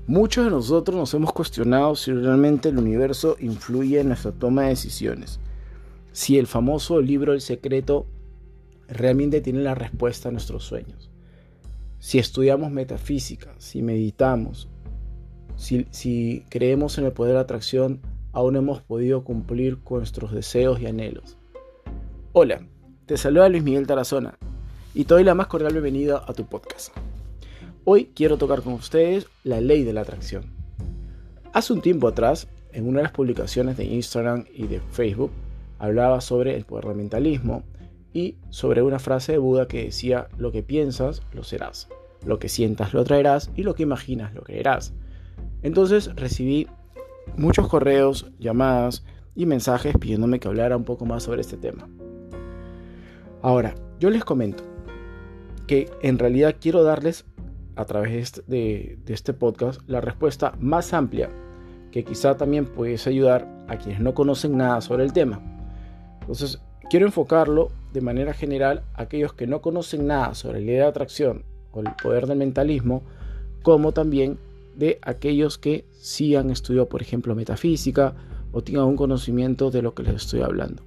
Muchos de nosotros nos hemos cuestionado si realmente el universo influye en nuestra toma de decisiones. Si el famoso libro El Secreto realmente tiene la respuesta a nuestros sueños. Si estudiamos metafísica, si meditamos, si creemos en el poder de atracción, aún hemos podido cumplir con nuestros deseos y anhelos. Hola, te saluda Luis Miguel Tarazona y te doy la más cordial bienvenida a tu podcast. Hoy quiero tocar con ustedes la ley de la atracción. Hace un tiempo atrás, en una de las publicaciones de Instagram y de Facebook, hablaba sobre el poder del mentalismo y sobre una frase de Buda que decía: lo que piensas, lo serás, lo que sientas, lo atraerás y lo que imaginas, lo creerás. Entonces recibí muchos correos, llamadas y mensajes pidiéndome que hablara un poco más sobre este tema. Ahora, yo les comento que en realidad quiero darles a través de este podcast la respuesta más amplia que quizá también pudiese ayudar a quienes no conocen nada sobre el tema. Entonces, quiero enfocarlo de manera general a aquellos que no conocen nada sobre la ley de atracción o el poder del mentalismo, como también de aquellos que sí han estudiado, por ejemplo, metafísica o tengan un conocimiento de lo que les estoy hablando.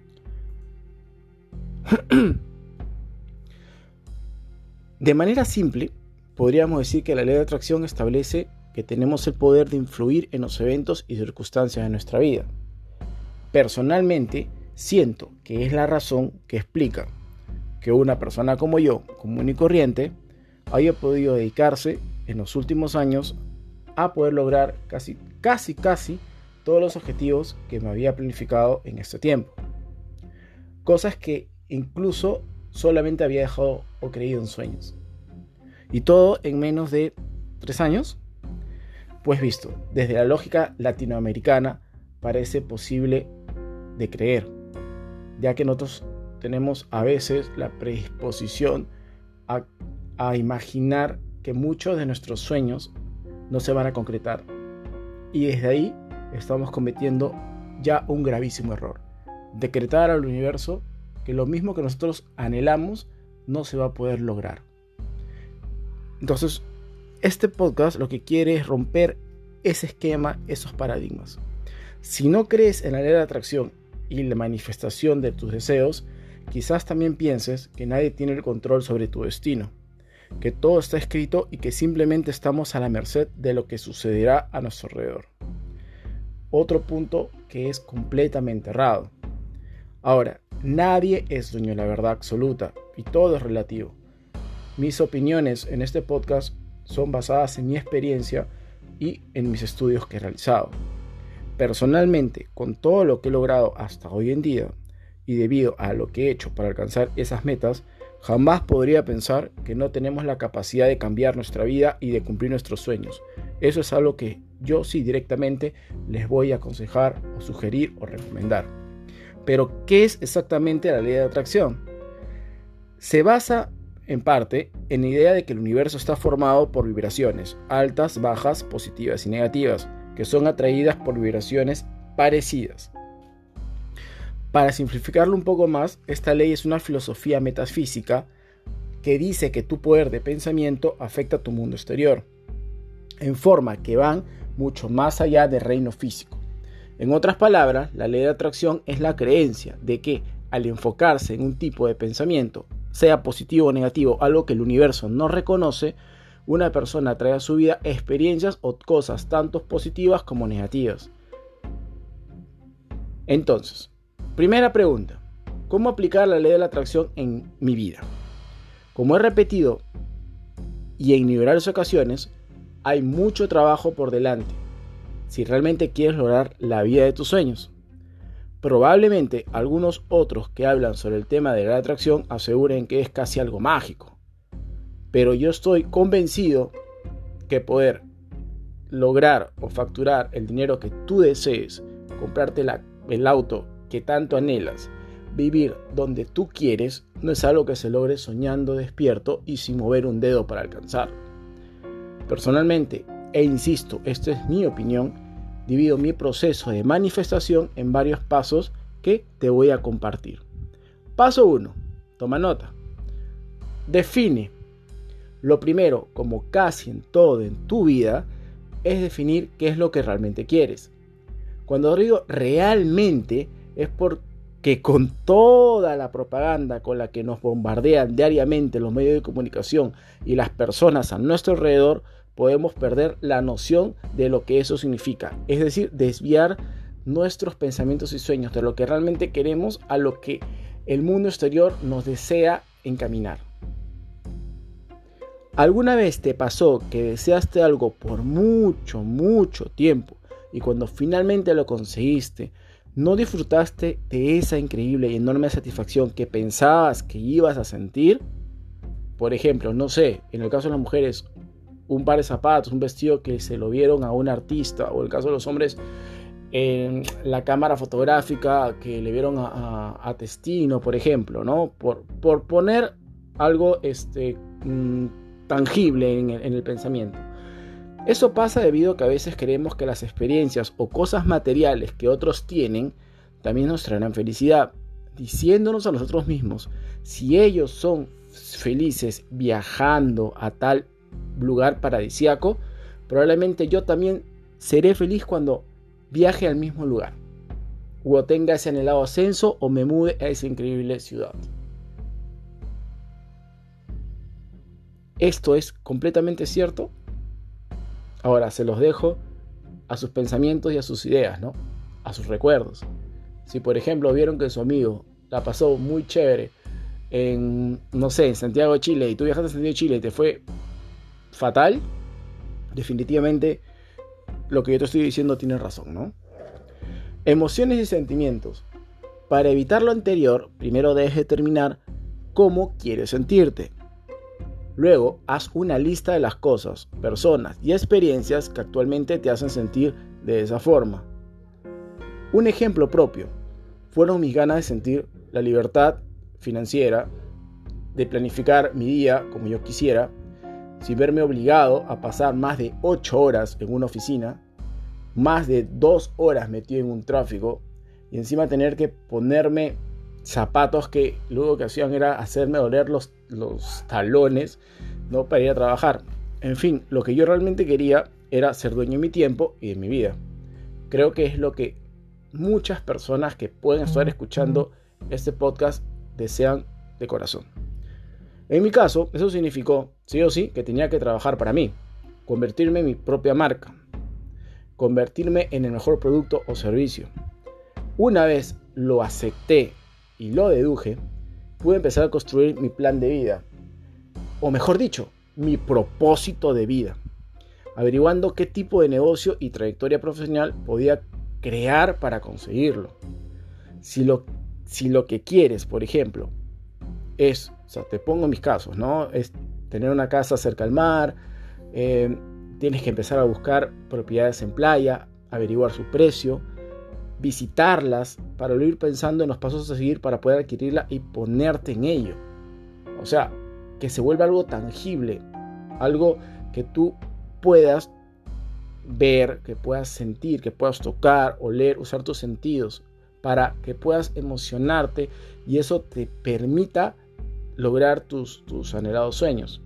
De manera simple, podríamos decir que la ley de atracción establece que tenemos el poder de influir en los eventos y circunstancias de nuestra vida. Personalmente, siento que es la razón que explica que una persona como yo, común y corriente, haya podido dedicarse en los últimos años a poder lograr casi todos los objetivos que me había planificado en este tiempo. Cosas que incluso solamente había dejado o creído en sueños. Y todo en menos de 3 años. Pues visto, desde la lógica latinoamericana parece posible de creer, ya que nosotros tenemos a veces la predisposición a imaginar que muchos de nuestros sueños no se van a concretar. Y desde ahí estamos cometiendo ya un gravísimo error: decretar al universo que lo mismo que nosotros anhelamos no se va a poder lograr. Entonces, este podcast lo que quiere es romper ese esquema, esos paradigmas. Si no crees en la ley de atracción y la manifestación de tus deseos, quizás también pienses que nadie tiene el control sobre tu destino, que todo está escrito y que simplemente estamos a la merced de lo que sucederá a nuestro alrededor. Otro punto que es completamente errado. Ahora, nadie es dueño de la verdad absoluta y todo es relativo. Mis opiniones en este podcast son basadas en mi experiencia y en mis estudios que he realizado. Personalmente, con todo lo que he logrado hasta hoy en día y debido a lo que he hecho para alcanzar esas metas, jamás podría pensar que no tenemos la capacidad de cambiar nuestra vida y de cumplir nuestros sueños. Eso es algo que yo sí directamente les voy a aconsejar o sugerir o recomendar. Pero, ¿qué es exactamente la ley de atracción? Se basa en parte en la idea de que el universo está formado por vibraciones altas, bajas, positivas y negativas, que son atraídas por vibraciones parecidas. Para simplificarlo un poco más, esta ley es una filosofía metafísica que dice que tu poder de pensamiento afecta a tu mundo exterior, en forma que van mucho más allá del reino físico. En otras palabras, la ley de atracción es la creencia de que al enfocarse en un tipo de pensamiento, sea positivo o negativo, algo que el universo no reconoce, una persona atrae a su vida experiencias o cosas tanto positivas como negativas. Entonces, primera pregunta: ¿cómo aplicar la ley de la atracción en mi vida? Como he repetido y en innumerables ocasiones, hay mucho trabajo por delante si realmente quieres lograr la vida de tus sueños. Probablemente algunos otros que hablan sobre el tema de la atracción aseguren que es casi algo mágico. Pero yo estoy convencido que poder lograr o facturar el dinero que tú desees, comprarte el auto que tanto anhelas, vivir donde tú quieres, no es algo que se logre soñando despierto y sin mover un dedo para alcanzarlo. Personalmente, e insisto, esta es mi opinión, divido mi proceso de manifestación en varios pasos que te voy a compartir. Paso 1. Toma nota. Define. Lo primero, como casi en todo en tu vida, es definir qué es lo que realmente quieres. Cuando digo realmente es porque con toda la propaganda con la que nos bombardean diariamente los medios de comunicación y las personas a nuestro alrededor, podemos perder la noción de lo que eso significa. Es decir, desviar nuestros pensamientos y sueños de lo que realmente queremos a lo que el mundo exterior nos desea encaminar. ¿Alguna vez te pasó que deseaste algo por mucho tiempo y cuando finalmente lo conseguiste, no disfrutaste de esa increíble y enorme satisfacción que pensabas que ibas a sentir? Por ejemplo, no sé, en el caso de las mujeres, un par de zapatos, un vestido que se lo vieron a un artista, o en el caso de los hombres, en la cámara fotográfica que le vieron a Testino, por ejemplo, ¿no? Por poner algo tangible en el pensamiento. Eso pasa debido a que a veces creemos que las experiencias o cosas materiales que otros tienen también nos traerán felicidad, diciéndonos a nosotros mismos, si ellos son felices viajando a tal lugar paradisíaco, probablemente yo también seré feliz cuando viaje al mismo lugar, o tenga ese anhelado ascenso, o me mude a esa increíble ciudad. ¿Esto es completamente cierto? Ahora se los dejo a sus pensamientos y a sus ideas, ¿no? A sus recuerdos. Si por ejemplo vieron que su amigo la pasó muy chévere en Santiago de Chile, y tú viajaste a Santiago de Chile y te fue fatal, definitivamente lo que yo te estoy diciendo tiene razón, ¿no? Emociones y sentimientos. Para evitar lo anterior, primero debes determinar cómo quieres sentirte. Luego, haz una lista de las cosas, personas y experiencias que actualmente te hacen sentir de esa forma. Un ejemplo propio fueron mis ganas de sentir la libertad financiera, de planificar mi día como yo quisiera, sin verme obligado a pasar más de 8 horas en una oficina, más de 2 horas metido en un tráfico y encima tener que ponerme zapatos que luego que hacían era hacerme doler los talones, ¿no? Para ir a trabajar. En fin, lo que yo realmente quería era ser dueño de mi tiempo y de mi vida. Creo que es lo que muchas personas que pueden estar escuchando este podcast desean de corazón. En mi caso, eso significó, sí o sí, que tenía que trabajar para mí, convertirme en mi propia marca, convertirme en el mejor producto o servicio. Una vez lo acepté y lo deduje, pude empezar a construir mi plan de vida, o mejor dicho, mi propósito de vida, averiguando qué tipo de negocio y trayectoria profesional podía crear para conseguirlo. Si lo que quieres, por ejemplo, es, te pongo mis casos, ¿no? Es tener una casa cerca al mar, tienes que empezar a buscar propiedades en playa, averiguar su precio, visitarlas para ir pensando en los pasos a seguir para poder adquirirla y ponerte en ello. O sea, que se vuelva algo tangible, algo que tú puedas ver, que puedas sentir, que puedas tocar, oler, usar tus sentidos para que puedas emocionarte y eso te permita lograr tus anhelados sueños.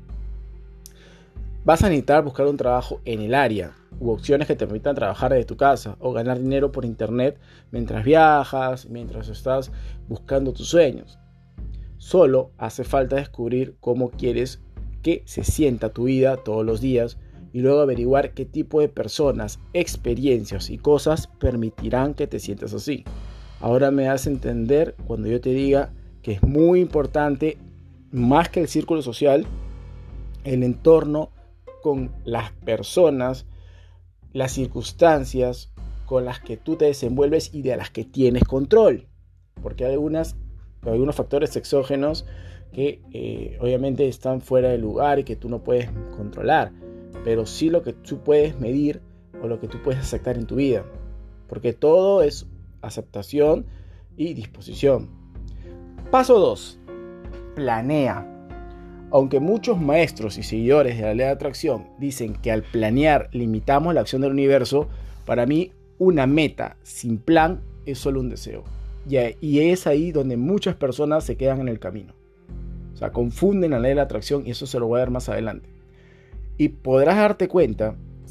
Vas a necesitar buscar un trabajo en el área u opciones que te permitan trabajar desde tu casa o ganar dinero por internet mientras viajas, mientras estás buscando tus sueños. Solo hace falta descubrir cómo quieres que se sienta tu vida todos los días y luego averiguar qué tipo de personas, experiencias y cosas permitirán que te sientas así. Ahora me hace entender cuando yo te diga que es muy importante, más que el círculo social, el entorno con las personas, las circunstancias con las que tú te desenvuelves y de las que tienes control. Porque hay algunos factores exógenos que obviamente están fuera de lugar y que tú no puedes controlar, pero sí lo que tú puedes medir o lo que tú puedes aceptar en tu vida. Porque todo es aceptación y disposición. Paso 2. Planea. Aunque muchos maestros y seguidores de la ley de atracción dicen que al planear limitamos la acción del universo, para mí una meta sin plan es solo un deseo. Y es ahí donde muchas personas se quedan en el camino. O sea, confunden la ley de la atracción y eso se lo voy a dar más adelante. Y podrás darte cuenta,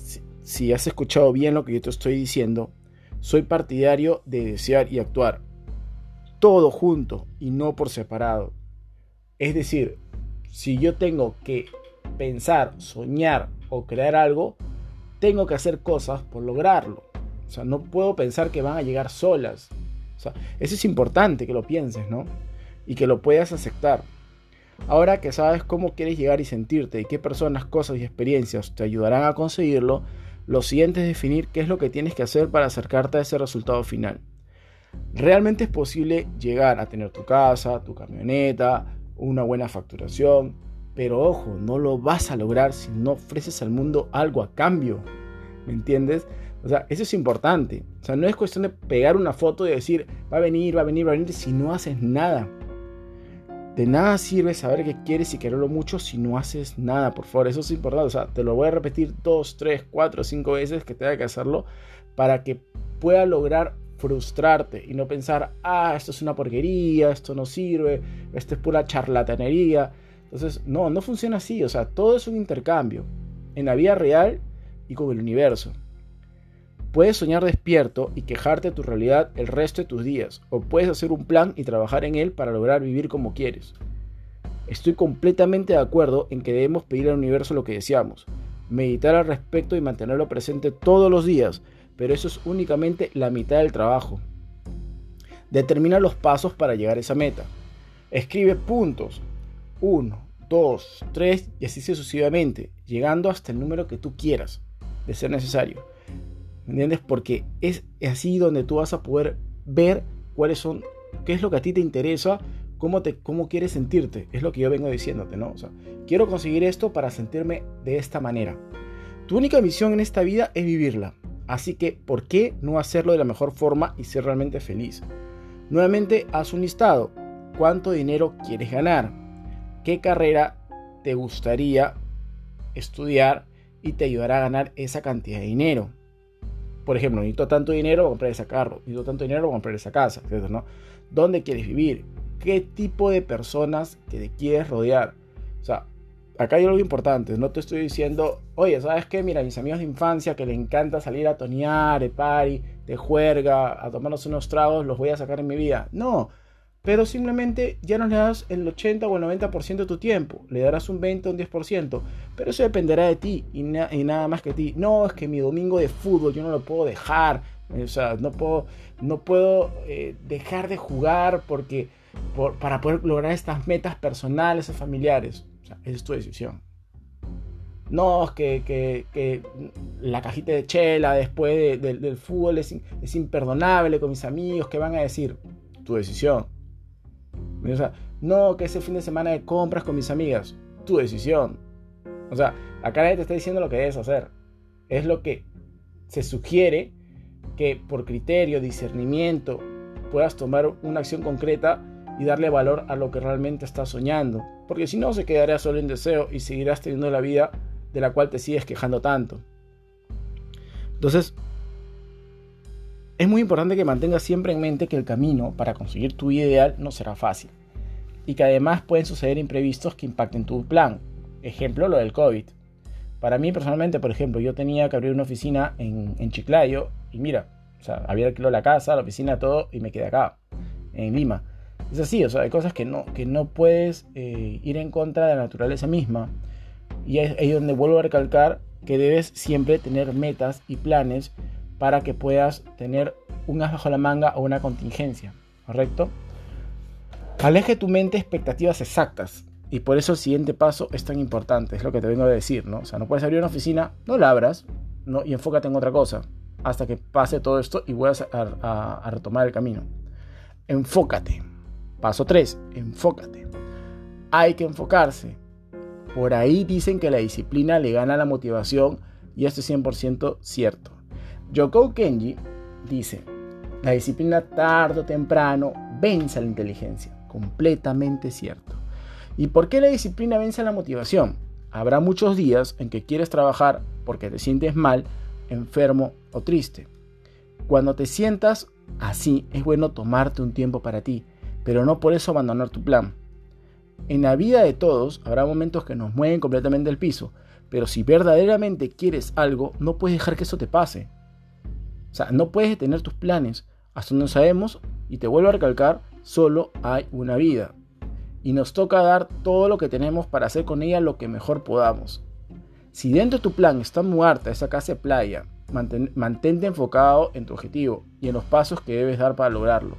si has escuchado bien lo que yo te estoy diciendo, soy partidario de desear y actuar. Todo junto y no por separado. Es decir, si yo tengo que pensar, soñar o crear algo, tengo que hacer cosas por lograrlo. O sea, no puedo pensar que van a llegar solas. O sea, eso es importante que lo pienses, ¿no? Y que lo puedas aceptar. Ahora que sabes cómo quieres llegar y sentirte y qué personas, cosas y experiencias te ayudarán a conseguirlo, lo siguiente es definir qué es lo que tienes que hacer para acercarte a ese resultado final. Realmente es posible llegar a tener tu casa, tu camioneta, una buena facturación, pero ojo, no lo vas a lograr si no ofreces al mundo algo a cambio. ¿Me entiendes? O sea, eso es importante. O sea, no es cuestión de pegar una foto y decir, va a venir, si no haces nada. De nada sirve saber que quieres y quererlo mucho si no haces nada, por favor. Eso es importante. O sea, te lo voy a repetir 2, 3, 4, 5 veces que tenga que hacerlo para que pueda lograr frustrarte y no pensar, esto es una porquería, esto no sirve, esto es pura charlatanería. Entonces, no funciona así. O sea, todo es un intercambio en la vida real y con el universo. Puedes soñar despierto y quejarte de tu realidad el resto de tus días, o puedes hacer un plan y trabajar en él para lograr vivir como quieres. Estoy completamente de acuerdo en que debemos pedir al universo lo que deseamos, meditar al respecto y mantenerlo presente todos los días, pero eso es únicamente la mitad del trabajo. Determina los pasos para llegar a esa meta. Escribe puntos, 1, 2, 3 y así sucesivamente, llegando hasta el número que tú quieras, de ser necesario. ¿Me entiendes? Porque es así donde tú vas a poder ver qué es lo que a ti te interesa, cómo quieres sentirte. Es lo que yo vengo diciéndote, ¿no? O sea, quiero conseguir esto para sentirme de esta manera. Tu única misión en esta vida es vivirla. Así que, ¿por qué no hacerlo de la mejor forma y ser realmente feliz? Nuevamente, haz un listado. ¿Cuánto dinero quieres ganar? ¿Qué carrera te gustaría estudiar y te ayudará a ganar esa cantidad de dinero? Por ejemplo, necesito tanto dinero para comprar ese carro, necesito tanto dinero para comprar esa casa, etc., ¿no? ¿Dónde quieres vivir? ¿Qué tipo de personas que te quieres rodear? O sea, acá hay algo importante. No te estoy diciendo, oye, ¿sabes qué? Mira, mis amigos de infancia que les encanta salir a tonear, de party, de juerga, a tomarnos unos tragos, los voy a sacar en mi vida. No, pero simplemente ya no le das el 80 o el 90% de tu tiempo. Le darás un 20 o un 10%. Pero eso dependerá de ti y nada más que de ti. No, es que mi domingo de fútbol yo no lo puedo dejar. O sea, no puedo dejar de jugar para poder lograr estas metas personales o familiares. O sea, esa es tu decisión. No, es que la cajita de chela después del fútbol es imperdonable con mis amigos. ¿Qué van a decir? Tu decisión. O sea, no, que ese fin de semana de compras con mis amigas. Tu decisión. O sea, acá nadie te está diciendo lo que debes hacer. Es lo que se sugiere, que por criterio, discernimiento, puedas tomar una acción concreta y darle valor a lo que realmente estás soñando. Porque si no, se quedará solo en deseo y seguirás teniendo la vida de la cual te sigues quejando tanto. Entonces, es muy importante que mantengas siempre en mente que el camino para conseguir tu vida ideal no será fácil y que además pueden suceder imprevistos que impacten tu plan. Ejemplo, lo del COVID. Para mí personalmente, por ejemplo, yo tenía que abrir una oficina en Chiclayo y mira, o sea, había alquilado la casa, la oficina, todo y me quedé acá, en Lima. Es así, o sea, hay cosas que no puedes ir en contra de la naturaleza misma. Y es ahí donde vuelvo a recalcar que debes siempre tener metas y planes para que puedas tener un as bajo la manga o una contingencia, ¿correcto? Aleje tu mente expectativas exactas y por eso el siguiente paso es tan importante, es lo que te vengo a decir, ¿no? O sea, no puedes abrir una oficina, no la abras, ¿no? Y enfócate en otra cosa hasta que pase todo esto y vuelvas a retomar el camino. Enfócate. Paso 3, enfócate. Hay que enfocarse. Por ahí dicen que la disciplina le gana a la motivación y esto es 100% cierto. Yoko Kenji dice, la disciplina tarde o temprano vence a la inteligencia. Completamente cierto. ¿Y por qué la disciplina vence a la motivación? Habrá muchos días en que quieres trabajar porque te sientes mal, enfermo o triste. Cuando te sientas así, es bueno tomarte un tiempo para ti, pero no por eso abandonar tu plan. En la vida de todos habrá momentos que nos mueven completamente el piso, pero si verdaderamente quieres algo, no puedes dejar que eso te pase. O sea, no puedes detener tus planes. Hasta donde sabemos, y te vuelvo a recalcar, solo hay una vida. Y nos toca dar todo lo que tenemos para hacer con ella lo que mejor podamos. Si dentro de tu plan está mudarte a esa casa de playa, mantente enfocado en tu objetivo y en los pasos que debes dar para lograrlo.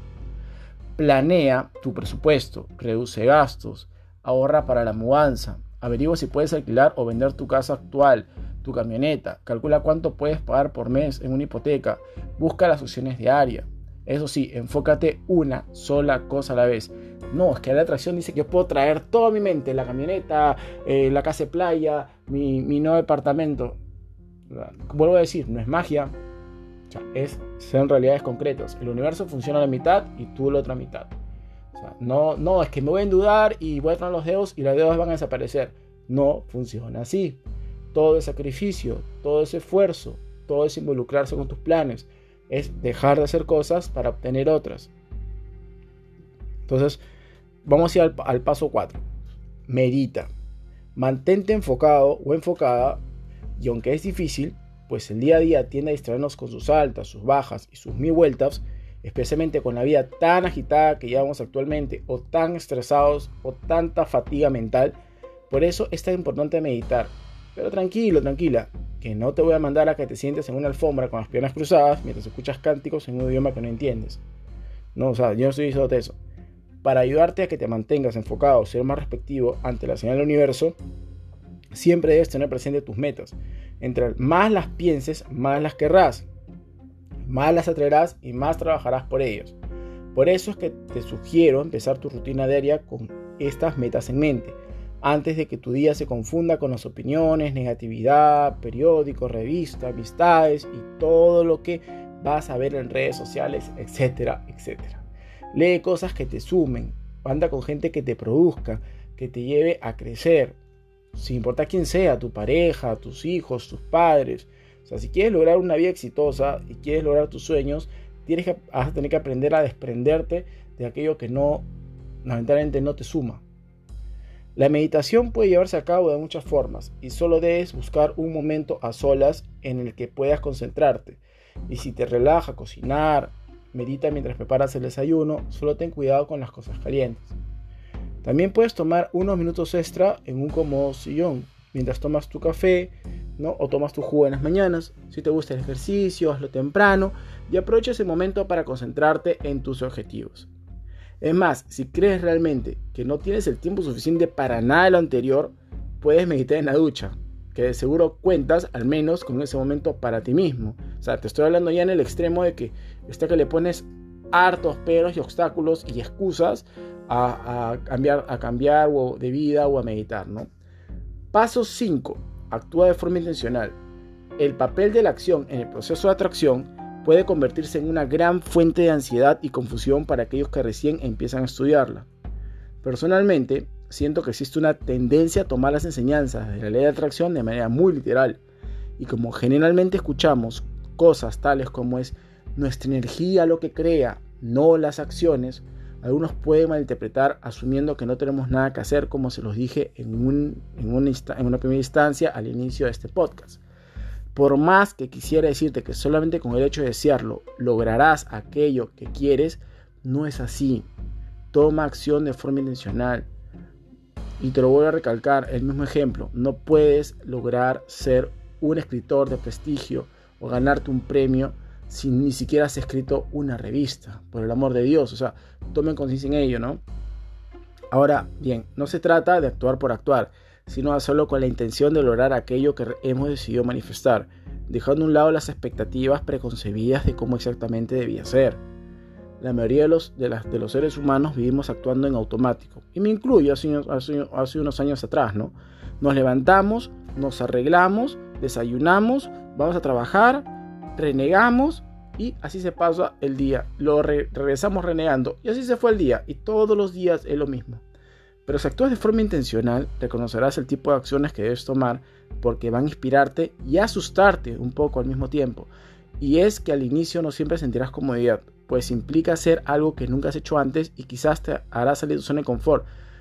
Planea tu presupuesto, reduce gastos, ahorra para la mudanza, averigua si puedes alquilar o vender tu casa actual, tu camioneta, calcula cuánto puedes pagar por mes en una hipoteca, busca las opciones de área. Eso sí, enfócate una sola cosa a la vez. No, es que la atracción dice que puedo traer toda mi mente, la camioneta, la casa de playa, mi nuevo departamento. Vuelvo a decir, no es magia, o sea, son realidades concretas. El universo funciona a la mitad y tú la otra mitad. O sea, no, es que me voy a endeudar y voy a tronar los dedos y las deudas van a desaparecer. No funciona así. Todo es sacrificio, todo es esfuerzo, todo es involucrarse con tus planes. Es dejar de hacer cosas para obtener otras. Entonces, vamos a ir al paso 4. Medita. Mantente enfocado o enfocada, y aunque es difícil, pues el día a día tiende a distraernos con sus altas, sus bajas y sus mil vueltas, especialmente con la vida tan agitada que llevamos actualmente, o tan estresados, o tanta fatiga mental. Por eso es tan importante meditar. Pero tranquilo, tranquila, que no te voy a mandar a que te sientes en una alfombra con las piernas cruzadas mientras escuchas cánticos en un idioma que no entiendes. No, o sea, yo no estoy diciendo eso. Para ayudarte a que te mantengas enfocado, ser más respectivo ante la señal del universo, siempre debes tener presente tus metas. Entre más las pienses, más las querrás, más las atraerás y más trabajarás por ellas. Por eso es que te sugiero empezar tu rutina diaria con estas metas en mente, antes de que tu día se confunda con las opiniones, negatividad, periódicos, revistas, amistades y todo lo que vas a ver en redes sociales, etcétera, etcétera. Lee cosas que te sumen, anda con gente que te produzca, que te lleve a crecer, sin importar quién sea, tu pareja, tus hijos, tus padres. O sea, si quieres lograr una vida exitosa y quieres lograr tus sueños, vas a tener que aprender a desprenderte de aquello que lamentablemente no te suma. La meditación puede llevarse a cabo de muchas formas y solo debes buscar un momento a solas en el que puedas concentrarte. Y si te relaja cocinar, medita mientras preparas el desayuno, solo ten cuidado con las cosas calientes. También puedes tomar unos minutos extra en un cómodo sillón mientras tomas tu café, ¿no? O tomas tu jugo en las mañanas. Si te gusta el ejercicio, hazlo temprano y aprovecha ese momento para concentrarte en tus objetivos. Es más, si crees realmente que no tienes el tiempo suficiente para nada de lo anterior, puedes meditar en la ducha, que de seguro cuentas al menos con ese momento para ti mismo. O sea, te estoy hablando ya en el extremo de que le pones hartos peros y obstáculos y excusas a cambiar o de vida o a meditar, ¿no? Paso 5. Actúa de forma intencional. El papel de la acción en el proceso de atracción puede convertirse en una gran fuente de ansiedad y confusión para aquellos que recién empiezan a estudiarla. Personalmente, siento que existe una tendencia a tomar las enseñanzas de la ley de atracción de manera muy literal, y como generalmente escuchamos cosas tales como es nuestra energía lo que crea, no las acciones, algunos pueden malinterpretar asumiendo que no tenemos nada que hacer, como se los dije en una primera instancia al inicio de este podcast. Por más que quisiera decirte que solamente con el hecho de desearlo lograrás aquello que quieres, no es así. Toma acción de forma intencional. Y te lo voy a recalcar, el mismo ejemplo. No puedes lograr ser un escritor de prestigio o ganarte un premio si ni siquiera has escrito una revista, por el amor de Dios. O sea, tomen conciencia en ello, ¿no? Ahora, bien, no se trata de actuar por actuar, sino hacerlo con la intención de lograr aquello que hemos decidido manifestar, dejando a un lado las expectativas preconcebidas de cómo exactamente debía ser. La mayoría de los seres humanos vivimos actuando en automático, y me incluyo hace unos años atrás, ¿no? Nos levantamos, nos arreglamos, desayunamos, vamos a trabajar, renegamos, y así se pasa el día. Regresamos renegando, y así se fue el día, y todos los días es lo mismo. Pero si actúas de forma intencional, reconocerás el tipo de acciones que debes tomar porque van a inspirarte y asustarte un poco al mismo tiempo. Y es que al inicio no siempre sentirás comodidad, pues implica hacer algo que nunca has hecho antes y quizás te hará salir de tu zona de confort.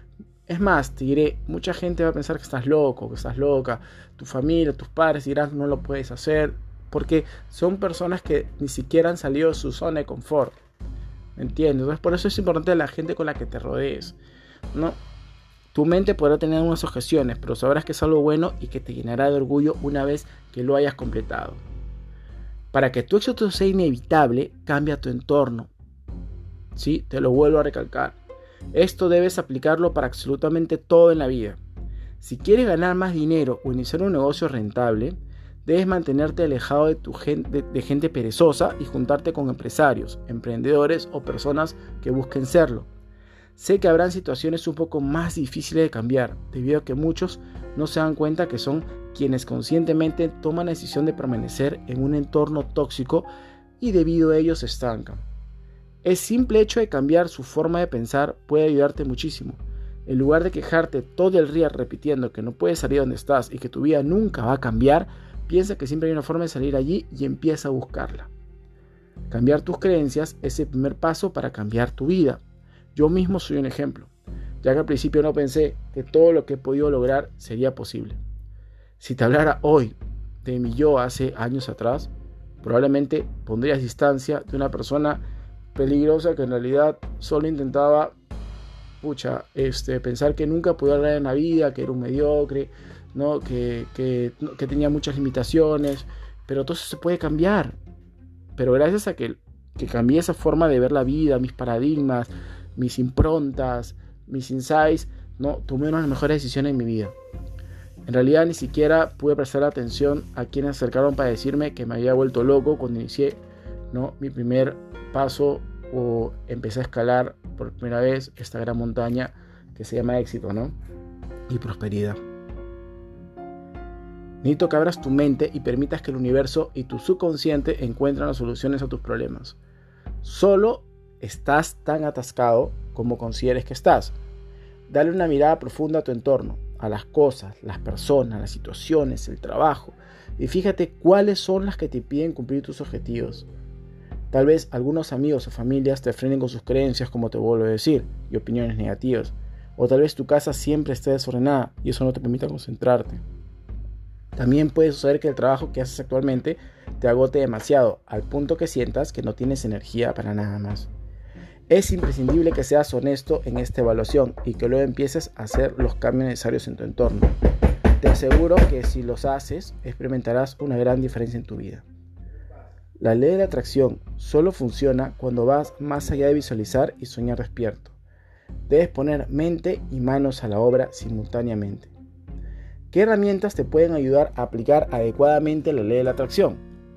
Es más, te diré, mucha gente va a pensar que estás loco, que estás loca, tu familia, tus padres dirán no lo puedes hacer, porque son personas que ni siquiera han salido de su zona de confort, ¿me entiendes? Entonces por eso es importante la gente con la que te rodees, ¿no? Tu mente podrá tener algunas objeciones, pero sabrás que es algo bueno y que te llenará de orgullo una vez que lo hayas completado. Para que tu éxito sea inevitable, cambia tu entorno. ¿Sí? Te lo vuelvo a recalcar. Esto debes aplicarlo para absolutamente todo en la vida. Si quieres ganar más dinero o iniciar un negocio rentable, debes mantenerte alejado de gente perezosa y juntarte con empresarios, emprendedores o personas que busquen serlo. Sé que habrán situaciones un poco más difíciles de cambiar, debido a que muchos no se dan cuenta que son quienes conscientemente toman la decisión de permanecer en un entorno tóxico y debido a ello se estancan. El simple hecho de cambiar su forma de pensar puede ayudarte muchísimo. En lugar de quejarte todo el día repitiendo que no puedes salir donde estás y que tu vida nunca va a cambiar, piensa que siempre hay una forma de salir allí y empieza a buscarla. Cambiar tus creencias es el primer paso para cambiar tu vida. Yo mismo soy un ejemplo, ya que al principio no pensé que todo lo que he podido lograr sería posible. Si te hablara hoy de mi yo hace años atrás, probablemente pondrías distancia de una persona peligrosa que en realidad solo intentaba pensar que nunca podía lograr en la vida, que era un mediocre, ¿no? que tenía muchas limitaciones, pero todo eso se puede cambiar. Pero gracias a que cambié esa forma de ver la vida, mis paradigmas, mis improntas, mis insights, ¿no? Tomé una de las mejores decisiones en mi vida. En realidad ni siquiera pude prestar atención a quienes se acercaron para decirme que me había vuelto loco cuando inicié, ¿no? Mi primer paso o empecé a escalar por primera vez esta gran montaña que se llama éxito, ¿no? Y prosperidad. Necesito que abras tu mente y permitas que el universo y tu subconsciente encuentren las soluciones a tus problemas. Solo estás tan atascado como consideres que estás. Dale una mirada profunda a tu entorno, a las cosas, las personas, las situaciones, el trabajo, y fíjate cuáles son las que te impiden cumplir tus objetivos. Tal vez algunos amigos o familias te frenen con sus creencias, como te vuelvo a decir, y opiniones negativas. O tal vez tu casa siempre esté desordenada y eso no te permita concentrarte. También puede suceder que el trabajo que haces actualmente te agote demasiado, al punto que sientas que no tienes energía para nada más. Es imprescindible que seas honesto en esta evaluación y que luego empieces a hacer los cambios necesarios en tu entorno. Te aseguro que si los haces, experimentarás una gran diferencia en tu vida. La ley de la atracción solo funciona cuando vas más allá de visualizar y soñar despierto. Debes poner mente y manos a la obra simultáneamente. ¿Qué herramientas te pueden ayudar a aplicar adecuadamente la ley de la atracción?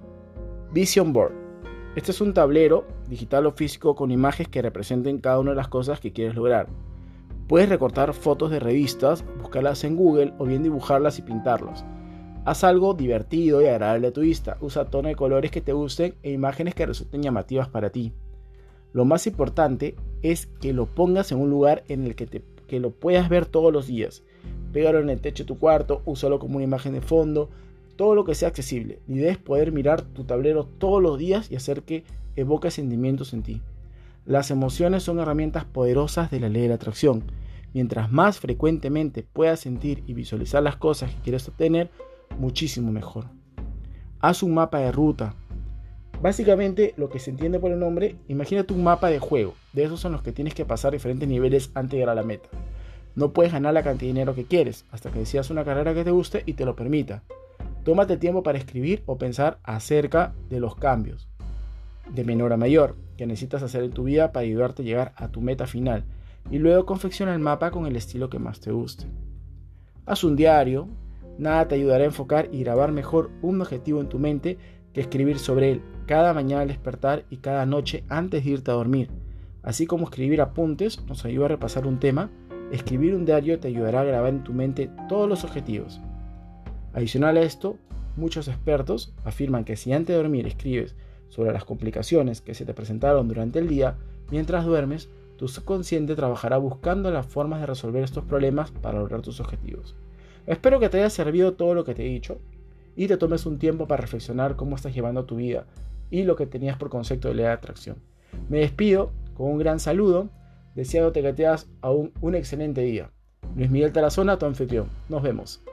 Vision Board. Este es un tablero digital o físico con imágenes que representen cada una de las cosas que quieres lograr. Puedes recortar fotos de revistas, buscarlas en Google o bien dibujarlas y pintarlas. Haz algo divertido y agradable a tu vista. Usa tonos de colores que te gusten e imágenes que resulten llamativas para ti. Lo más importante es que lo pongas en un lugar en el que lo puedas ver todos los días. Pégalo en el techo de tu cuarto, úsalo como una imagen de fondo, todo lo que sea accesible. La idea es poder mirar tu tablero todos los días y hacer que evoque sentimientos en ti. Las emociones son herramientas poderosas de la ley de la atracción. Mientras más frecuentemente puedas sentir y visualizar las cosas que quieres obtener, muchísimo mejor. Haz un mapa de ruta. Básicamente, lo que se entiende por el nombre, imagínate un mapa de juego. De esos son los que tienes que pasar diferentes niveles antes de llegar a la meta. No puedes ganar la cantidad de dinero que quieres hasta que decidas una carrera que te guste y te lo permita. Tómate tiempo para escribir o pensar acerca de los cambios, de menor a mayor, que necesitas hacer en tu vida para ayudarte a llegar a tu meta final. Y luego confecciona el mapa con el estilo que más te guste. Haz un diario. Nada te ayudará a enfocar y grabar mejor un objetivo en tu mente que escribir sobre él cada mañana al despertar y cada noche antes de irte a dormir. Así como escribir apuntes nos ayuda a repasar un tema, escribir un diario te ayudará a grabar en tu mente todos los objetivos. Adicional a esto, muchos expertos afirman que si antes de dormir escribes sobre las complicaciones que se te presentaron durante el día, mientras duermes, tu subconsciente trabajará buscando las formas de resolver estos problemas para lograr tus objetivos. Espero que te haya servido todo lo que te he dicho y te tomes un tiempo para reflexionar cómo estás llevando tu vida y lo que tenías por concepto de ley de atracción. Me despido con un gran saludo, deseándote que tengas aún un excelente día. Luis Miguel Tarazona, tu anfitrión. Nos vemos.